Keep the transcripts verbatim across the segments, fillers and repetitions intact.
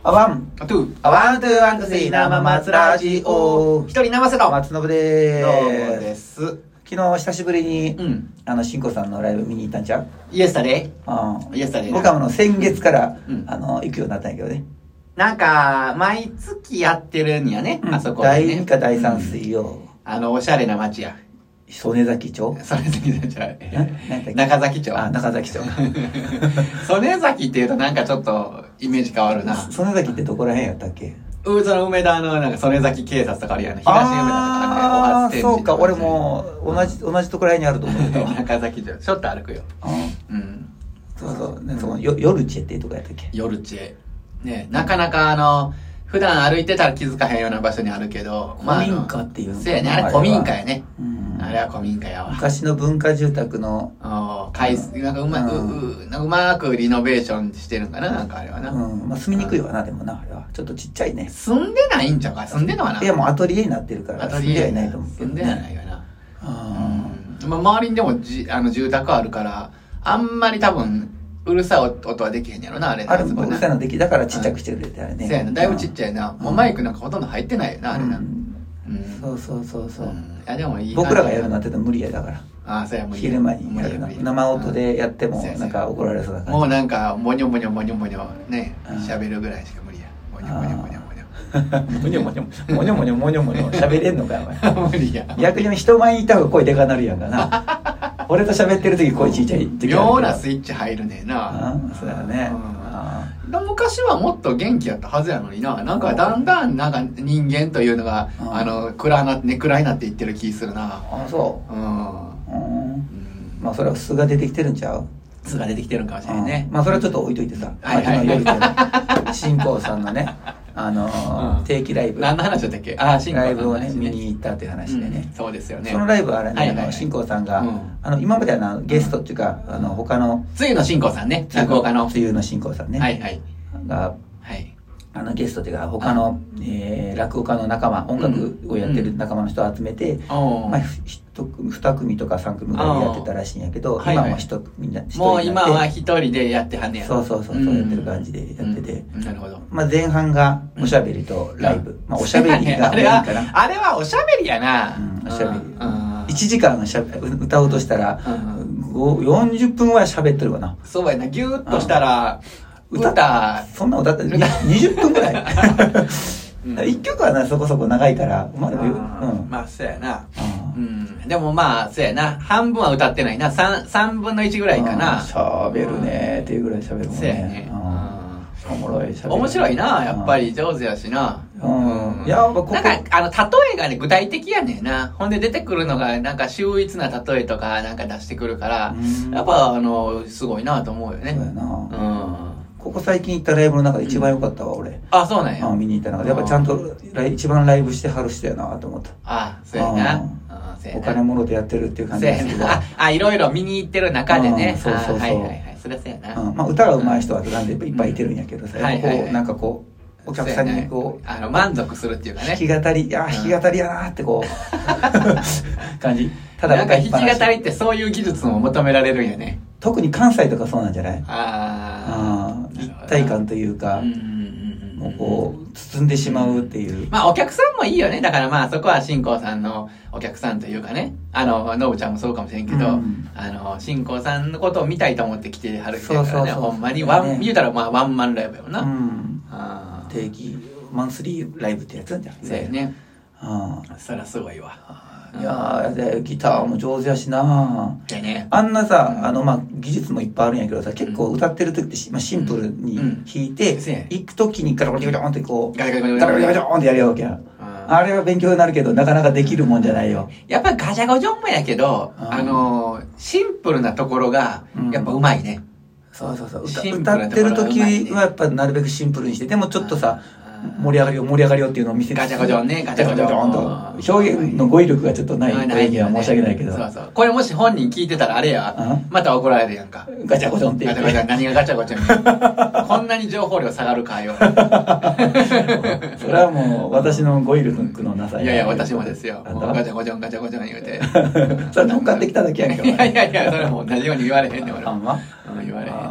あワン、 あ、トゥー。 あワン、ツー、ワン、ツー、スリー、生松ラジオ。 一人生瀬戸。 松信でどうもー。 ですす。 昨日久しぶりに、 うん。 あの、しんこさんのライブ見に行ったんちゃう？ イエスタデイうん。 イエスタデイ。 僕はあの、先月から、 うんあの、行くようになったんやけどね。 なんか、毎月やってるんやね、 うんあそこでね。 だいにかだいさん水曜。 あの、おしゃれな街や。 曽根崎町それ崎じゃないななんだっけ中崎町。 あ、中崎町。 曽根崎っていうとなんかちょっとイメージ変わるな。 曽根崎ってどこら辺やったっけ？ うその梅田のなんか曽根崎警察とかあるやん。東梅田とかね、 ああー、そうか。俺もう同じ、同じとこら辺にあると思ってたわ。 中崎町。ちょっと歩くよ。 うんうん。 そうそう。ね、その、よ夜チェっていうとこやったっけ？ 夜知恵。ね、なかなかあの、普段歩いてたら気づかへんような場所にあるけど、 古民家っていうのかな。 そうやね、あれ古民家やね。 うんあれは古民家やわ。 昔の文化住宅の、 ああ、回数、なんかうまく、 うんうなんかうまくリノベーションしてるんかな、なんかあれはな。 うん、まあ住みにくいわな、でもな、あれは。ちょっとちっちゃいね。 住んでないんちゃうか住んでんのかないや、もうアトリエになってるから、 アトリエ住んではいないと思うけど住んではないよな。 あうん。まあ、周りにでもじ、あの、住宅あるから、あんまり多分、うるさい音はできへんやろな、あれな。 あれもそこなうるさいのでき、だからちっちゃくしてくれてあれね。 そうやな、だいぶちっちゃいな。 うんもうマイクなんかほとんど入ってないよな、あれな。 ううんん。 そうそうそうそう。 うんいや、でもいい。 僕らがやるなんての無理やだから。 ああ、そうや、もういい。 昼間にやるの無理や無理や生音でやってもそうやそうやなんか怒られそうな感じ。 もうなんか、もにょもにょもにょもにょ、ねうん、 喋るぐらいしか無理や。もにょもにょもにょもにもにょもにょ、もにょもにょもにょもにょ喋れんのかよ、お前。 ょ。無理や。 逆に人前にいた方が声でかなるやんかな。俺と喋ってる時声ちいちゃい時あるけど。 妙なスイッチ入るねんな。 あそうだよね。 うんあだ昔はもっと元気やったはずやのにな。なんかだんだんなんか人間というのが、 うんあの、暗な、ね、暗いなって言ってる気するな。 あ、そうん。 う。うん。 うんまあそれは素が出てきてるんちゃう？ 巣が出てきてるんかもしれんねうん。まあそれはちょっと置いといてさ。 はいはいまあ昨日夜ってね新光さんのね、あのーうん定期ライブ。 何の話だったっけああ、新ライブをね、 新見に行ったっていう話でねうん。そうですよね。 そのライブはあれね、 はいはいはいあの新光さんが、 うんあの、今まではなゲストっていうか、あの、他の、 つゆの新光さんね。落語家の。 梅雨の新光さんね。 はいはい。 が、 はい。 あのゲストっていうか他の、えー、落語家の仲間、音楽をやってる仲間の人を集めて、 おーまあ、ひ一組二組とか三組ぐらいでやってたらしいんやけど、 はいはい今はもう一組にな一人になってもう今は一人でやってはんねやそうそうそうそうやってる感じでやってて、 うんなるほど。 まあ、前半がおしゃべりとライブ、まあおしゃべりがあれはメインかな、 あれはおしゃべりやな。 うん、おしゃべり、 うんいちじかんしゃべ歌おうとしたら、 うんごよんじゅっぷんぐらい喋ってるかな。 そうやな。ギューッとしたら、 歌歌、 そんな歌ってににじゅっぷんぐらいうん一曲はなそこそこ長いからまあでも、うんまあ、そうやな。 ううんん。でもまあ、そうやな。半分は歌ってないな。三、三分の一ぐらいかな。 しゃべるねーっていうぐらいしゃべるもんそうやねね。 うんおもろいしゃべる面白いな、やっぱり上手やしな。 うんいやここなんか、あの、例えがね、具体的やねんな。ほんで出てくるのが、なんか秀逸な例えとか、なんか出してくるからうん、 やっぱ、あの、すごいなと思うよね。 そうやなうん。 ここ最近行ったライブの中で一番良かったわ俺あ、そうなんや。 あ見に行った中でやっぱちゃんとライ一番ライブしてはる人やなと思ったあ、そうやな。 うんうんそうやなお金もろでやってるっていう感じそうやですけどな。あ、あいろいろ見に行ってる中でね。 うんそうそうそうあはいはいはい。そりゃそうやな。 うんまあ歌が上手い人はなんでいっぱいいてるんやけどさうんはいはいはいこうなんかこうお客さんにこうあの、満足するっていうかね。 弾き語り、いやー、弾き語りやなーってこう、感じ。ただなんか弾き語歌いっぱなしりってそういう技術も求められるんやね。 特に関西とかそうなんじゃない？ ああ。 一体感というか、 うんうんうんもうこう、包んでしまうっていう。 まあお客さんもいいよね。だからまあそこは新光さんのお客さんというかね。あの、のぶちゃんもそうかもしれんけど、 うんあの、新光さんのことを見たいと思って来てはる人やからね。 そうそうそうほんまにワン、 ね言うたらまあワンマンライブやもんな。 うん。 ああ。 定期、マンスリーライブってやつなんじゃん。 そうやね。 あそりゃすごいわ。 あいやーで、ギターも上手やしなーでね。 あんなさ、あの、まあ、技術もいっぱいあるんやけどさ、結構歌ってる時ってし、まあ、シンプルに弾いて、 うんそうや行く時にガラガラガラガラってこう、 ガラガラガラガラガラガラガラってやるわけや。 うんあれは勉強になるけど、なかなかできるもんじゃないよ。 やっぱりガチャゴジョンもやけど、 うんあのー、シンプルなところがうん、 やっぱうまいね。 そうそうそう。歌シンプル歌なところってる時がうまいねはやっぱなるべくシンプルにして、でもちょっとさう、ん盛り上がりよ、盛り上がりよっていうのを見せて。 ガチャゴジョンねガチャゴジョンガチャゴジョンと。表現の語彙力がちょっとない。 ないけどね申し訳ないけど。 そうそう。これもし本人聞いてたらあれやうん、 また怒られるやんか。 ガチャゴジョンって言って。 ガチャゴジョン、何がガチャゴジョンこんなに情報量下がるかよ。 それはもう私の語彙力のなさいやいや、私もですよ。 あんたもうガチャゴジョン、ガチャゴジョン言うて。 それ乗っかってきただけやんけ、お前いやいやいや、それもう同じように言われへんねん、俺は。 あんまうん、言われへんね。 あーいや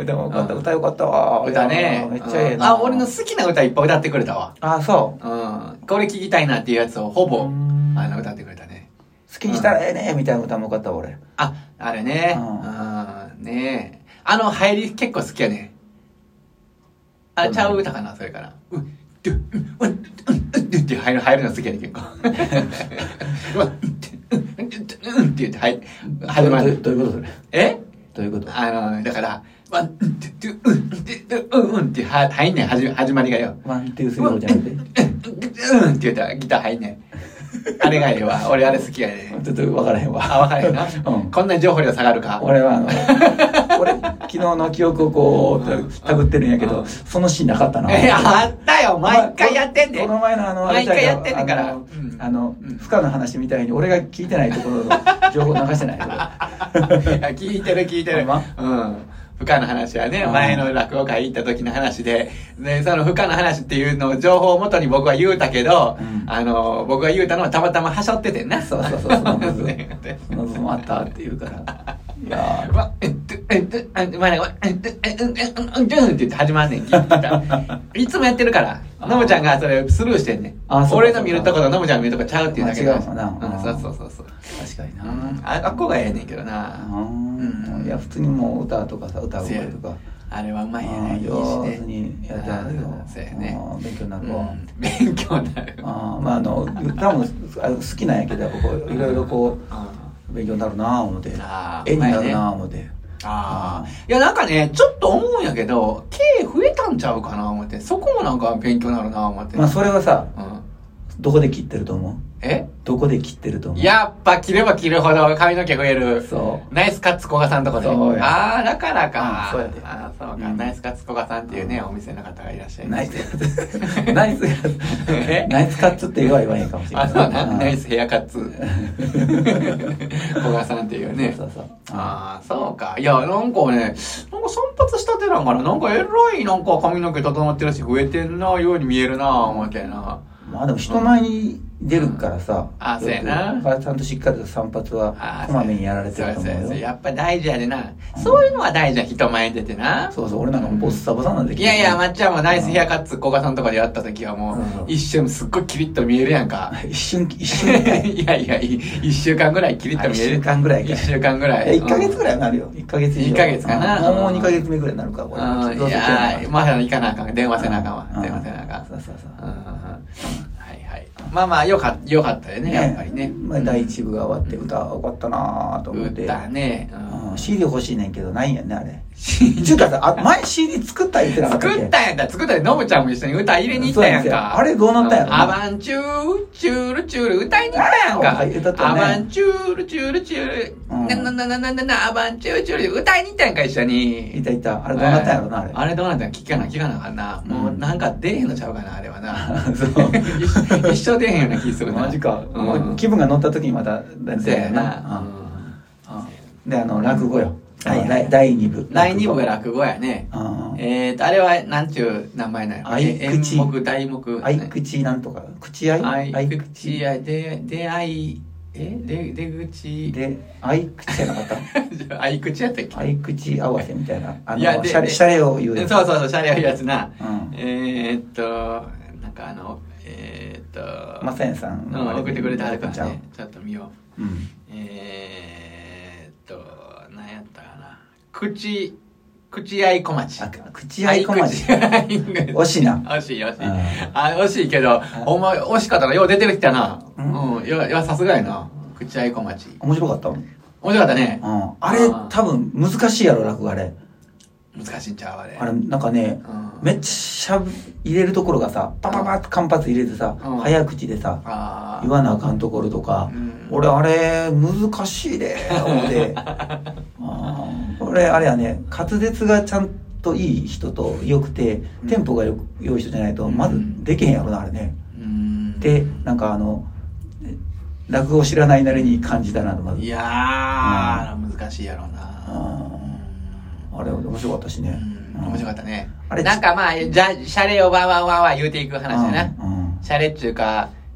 でもよかった、歌よかったわ。 歌ね。 めっちゃええな。 あ、俺の好きな歌いっぱい歌ってくれたわ。 あ、そう。うん。これ聞きたいなっていうやつをほぼ、あの、歌ってくれたね。 好きにしたらええねみたいな歌もよかったわ、俺。 あ、あれね。うん。ねえ。あの入り結構好きやね。あ、ちゃう歌かな、それから。うん、うん、うん、うん、うん、って入る、入るの好きやね、結構。うん、うん、って言って、はい、始まる。 どういうことそれ？ え？ どういうこと？ あの、だから、ワン、ツー、うん、うん、うんって入んねん、始まりがよ。 ワン、ツー、スリー、フォーじゃなくて。 うんって言ったらギター入んねん。あれがええわ。俺あれ好きやね。 ちょっと分からへんわ。 あ、分からへんな。うん、こんなに情報量下がるか。 俺はあの、俺、昨日の記憶をこう、たぐってるんやけど、そのシーンなかったな。 え、あったよ。毎回やってんねん。 この前のあの、 毎回やってんねんから。 あの、負荷の話みたいに俺が聞いてないところの情報流してないけど。 聞いてる聞いてる。うん。負荷の話はね、前の落語会行った時の話で、で、その負荷の話っていうのを情報をもとに僕は言うたけど、うん、あの、僕が言うたのはたまたまはしょっててんな。 そうそうそう、その部分。その部分あったって言うから。いやー。わ、えっと、えっと、えっと、えっと、えっと、えっと、えっと、って言って始まんねん、聞いてた。いつもやってるから、のむちゃんがそれスルーしてんねん。俺の見るとことのむちゃんが見るとこちゃうっていうだけで。違うもんな。そうそうそうそう。確かにな。あ、あっこがええねんけどな。 いや、普通にもう歌とかさ、歌う声とか。 あれはうまいやね。 上手にやってはるよ。 そうやね。 勉強になるわ。 勉強になる。 あまあ、あの、歌も好きなんやけど、いろいろこう、勉強になるなぁ思って。絵になるなぁ思って。 ああ。いや、なんかね、ちょっと思うんやけど、毛増えたんちゃうかな思って。そこもなんか勉強になるな思って。 まあ、それはさ、どこで切ってると思う？ えどこで切ってると思う？ やっぱ切れば切るほど髪の毛増える。 そう。 ナイスカッツ古賀さんとこで。 そうや。 ああ、だからか。 そうやで。 ああ、そうか。ナイスカッツ古賀さんっていうね、お店の方がいらっしゃいます。 ナイス、ナイス、えナイスカッツって言わ言わへんかもしれない。 あ、そうな。ナイスヘアカッツ。古賀さんっていうね。 そうそう。 ああ、そうか。いや、なんかね、なんか散髪したてなんかな。なんかえらいなんか髪の毛整ってるし、増えてんな、ように見えるな、思ってな。 まあでも人前に出るからさ、 うん、あ、そうやな。 ちゃんとしっかりと散髪はこまめにやられてると思うよ。 そうそうそう。やっぱ大事やでな。うん、そういうのは大事や、人前に出てな。 そうそう、俺なんかもうボッサボサなんで、 うん、いやいや、まっちゃんもナイスヘアカッツ、古賀さんとかでやった時はもう、うん、一瞬すっごいキリッと見えるやんか。 一瞬、一瞬。 いやいや、一週間ぐらいキリッと見える。 一週間ぐらいか。 一週間ぐらい。 一ヶ月ぐらいになるよ。一ヶ月以上。 一ヶ月かな。 もう二ヶ月目ぐらいになるか、これ。 いやー、まだ行かなあかん。電話せなあかんわ。電話せなあかん。 そうそうそう。 まあまあ、よかった、よかったよね、やっぱりね。 まあ、だい一部が終わって、歌よかったなぁと思って。 歌ね。 うん。シーディー 欲しいねんけど、ないんやね、あれ。ちゅうかさ、あ、前 シーディー 作った言ってなかったっけ？ 作ったんやんか。作ったで、ノブちゃんも一緒に歌入れに行ったやんか。 あれどうなったんやろ？ アバンチュー、チュールチュール歌いに行ったやんか。アバンチュールチュールチュール。ななななななな、アバンチューチュール歌いに行ったやんか、一緒に。 いたいた。あれどうなったんやろな、あれ。 あれどうなったんや聞かな、聞かなあかんな。もうなんか出えへんのちゃうかな、あれはな。 そう。 一生出えへんような気するな。 マジか。気分が乗った時にまた出えな。 で、あの、落語よ。だいに部。 だいに部が落語やね。えーと、あれは、なんちゅう名前なんや。 あいくち。 演目、題目。 あいくちなんとか。口あいあいくちあい、で、出会い、えで、出口。 で、あいくちじゃなかったあいくちやったっけ？ あいくち合わせみたいな。あの、 いや、で、 シャレを言う。 そうそうそう、シャレを言うやつな。えーっと、なんかあの、えーっと、 まさやさんの送ってくれてはるからね。ちょっと見よう。えーっと、何やったかな。口、口合い小町。 口合い小町。惜しいな。 惜しい、惜しい。あ、惜しいけど、お前、惜しかったな。よう出てきたな。うん。いや、いや、さすがやな。口合い小町。 面白かったの？ 面白かったね。 うん。あれ、多分、難しいやろ、落語あれ。 難しいんちゃうあれ。 あれ、なんかね、めっちゃしゃぶ、入れるところがさ、パパパって間髪入れてさ、早口でさ、言わなあかんところとか、俺、あれ、難しいで、思って。俺、あれやね、滑舌がちゃんといい人と良くて、テンポがよく良い人じゃないと、まずできへんやろな、あれね。で、なんかあの、落語知らないなりに感じたなと、まず。 いやー、難しいやろうな。 あれ、面白かったしね。 面白かったね。あれなんかまあ、じゃ、シャレをわわわわ言うていく話やな。シャレっちゅうか、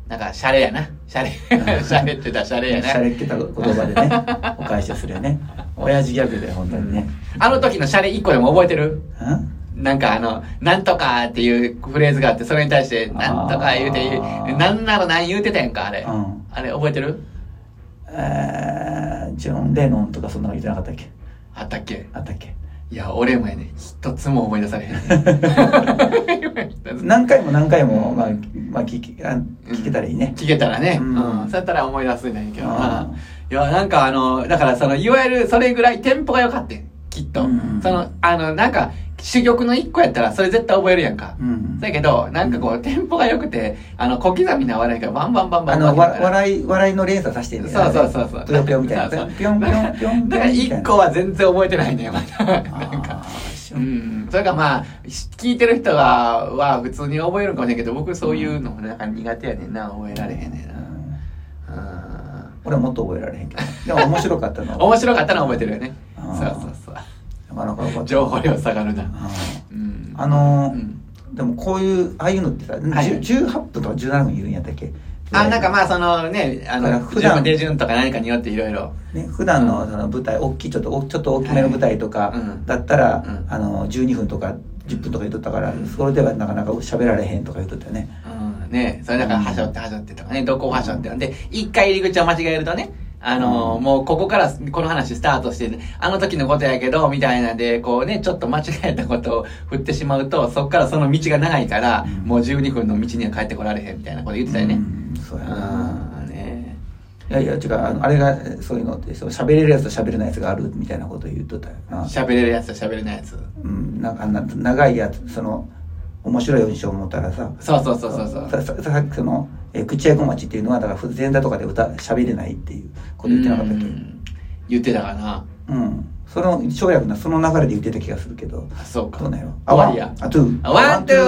なんか、シャレやな。シャレ。シャレってたシャレやな。 シャレっ気た言葉でね、お返しするよね。親父ギャグで、本当にね。 あの時のシャレ一個でも覚えてる？ んなんかあの、なんとかっていうフレーズがあって、それに対して、なんとか言うて、なんなら何言うてたやんか、あれ。うん、あれ覚えてる？ えー、ジョン・レノンとかそんなの言ってなかったっけ？ あったっけ？ あったっけ？ いや、俺もやね、一つも思い出されへん。 何回も何回も、まあ、まあ聞き、あ聞けたらいいね。 聞けたらね。うん。うん、そうやったら思い出すんだけどな。いや、なんかあの、だからその、いわゆるそれぐらいテンポが良かったん。きっと。うん、その、あの、なんか、珠玉の一個やったらそれ絶対覚えるやんか。うん。だけど、なんかこう、テンポが良くて、あの、小刻みな笑いがバンバンバンバンバン。 あの、わ笑い、笑いの連鎖させてるんだよね。そうそうそうそう。 ぴょんぴょんみたいな。ぴょんぴょんぴょんぴょん。 だから一個は全然覚えてないね、まだ。なんか。うん。それがまあ、聞いてる人は、は普通に覚えるかもしれんけど、僕そういうのなんか苦手やねんな、覚えられへんねんな。 うん。俺はもっと覚えられへんけど。でも面白かったの。 面白かったのは覚えてるよね。そうそうそう。なかなかよかった。情報量下がるな。 あのー、でもこういうああいうのってさ、はい、じゅうはっぷんとかじゅうななふんいるんやったっけ？ あ、なんかまあそのね、あの普段手順とか何かによっていろいろね、普段のその舞台、大きいちょっとちょっと大きめの舞台とかだったら、はいうん、あのじゅうにふんとかじゅっぷんとか言っとったから、うん、それではなかなか喋られへんとか言っとったよね。 うん、ね、それだからはしょってはしょってとかね、どこをはしょってなんで一回入り口を間違えるとね。あのーうん、もうここからこの話スタートして、あの時のことやけど、みたいなんで、こうね、ちょっと間違えたことを振ってしまうと、そこからその道が長いから、うん、もうじゅうにふんの道には帰ってこられへんみたいなこと言ってたよね。うん、そうやな。ね、 いやいや、違う、あの、あれが、そういうのって、そう、喋れるやつと喋れないやつがあるみたいなことを言っとったよな。 喋れるやつと喋れないやつ。 うん、なんかあんな、長いやつ、その、面白い印象を持ったらさ、 そうそうそうそうそう。 さ、さ、さっきその、えー、口や小町っていうのは、だから前座とかで歌、喋れないっていうこと言ってなかったっけ？ 言ってたかな。 うん。その、省略な、その流れで言ってた気がするけど。 あ、そうか。 どうなんやろ。 終わりや。 あ、トゥー。 ワン、ツー。